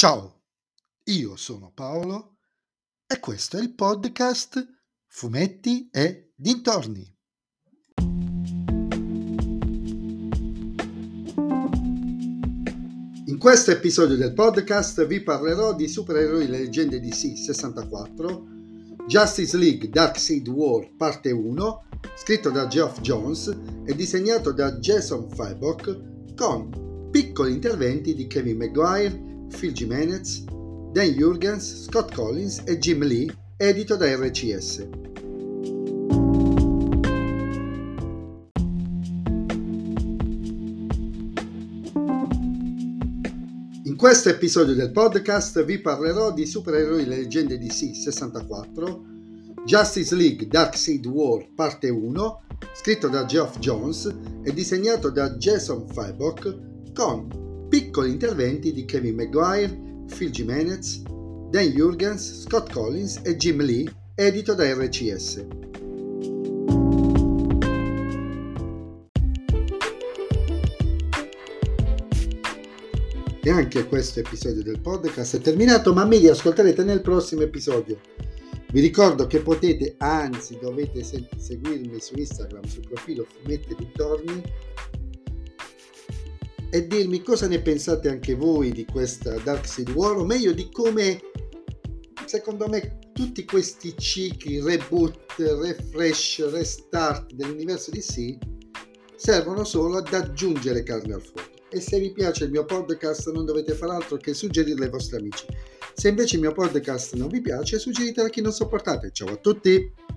Ciao, io sono Paolo e questo è il podcast Fumetti e Dintorni. In questo episodio del podcast vi parlerò di supereroi leggende DC 64, Justice League Darkseid War parte 1, scritto da Geoff Johns e disegnato da Jason Fabok, con piccoli interventi di Kevin Maguire, Phil Jimenez, Dan Jurgens, Scott Collins e Jim Lee, edito da RCS. In questo episodio del podcast vi parlerò di supereroi leggende DC 64, Justice League Darkseid War parte 1, scritto da Geoff Johns e disegnato da Jason Fabok, con piccoli interventi di Kevin Maguire, Phil Jimenez, Dan Jurgens, Scott Collins e Jim Lee, edito da RCS. E anche questo episodio del podcast è terminato, ma mi riascolterete nel prossimo episodio. Vi ricordo che potete, anzi dovete seguirmi su Instagram, sul profilo Fumetti e Dintorni, e dirmi cosa ne pensate anche voi di questa Darkseid War, o meglio di come, secondo me, tutti questi cicli, reboot, refresh, restart dell'universo DC servono solo ad aggiungere carne al fuoco. E se vi piace il mio podcast non dovete fare altro che suggerirlo ai vostri amici. Se invece il mio podcast non vi piace, suggeritelo a chi non sopportate. Ciao a tutti!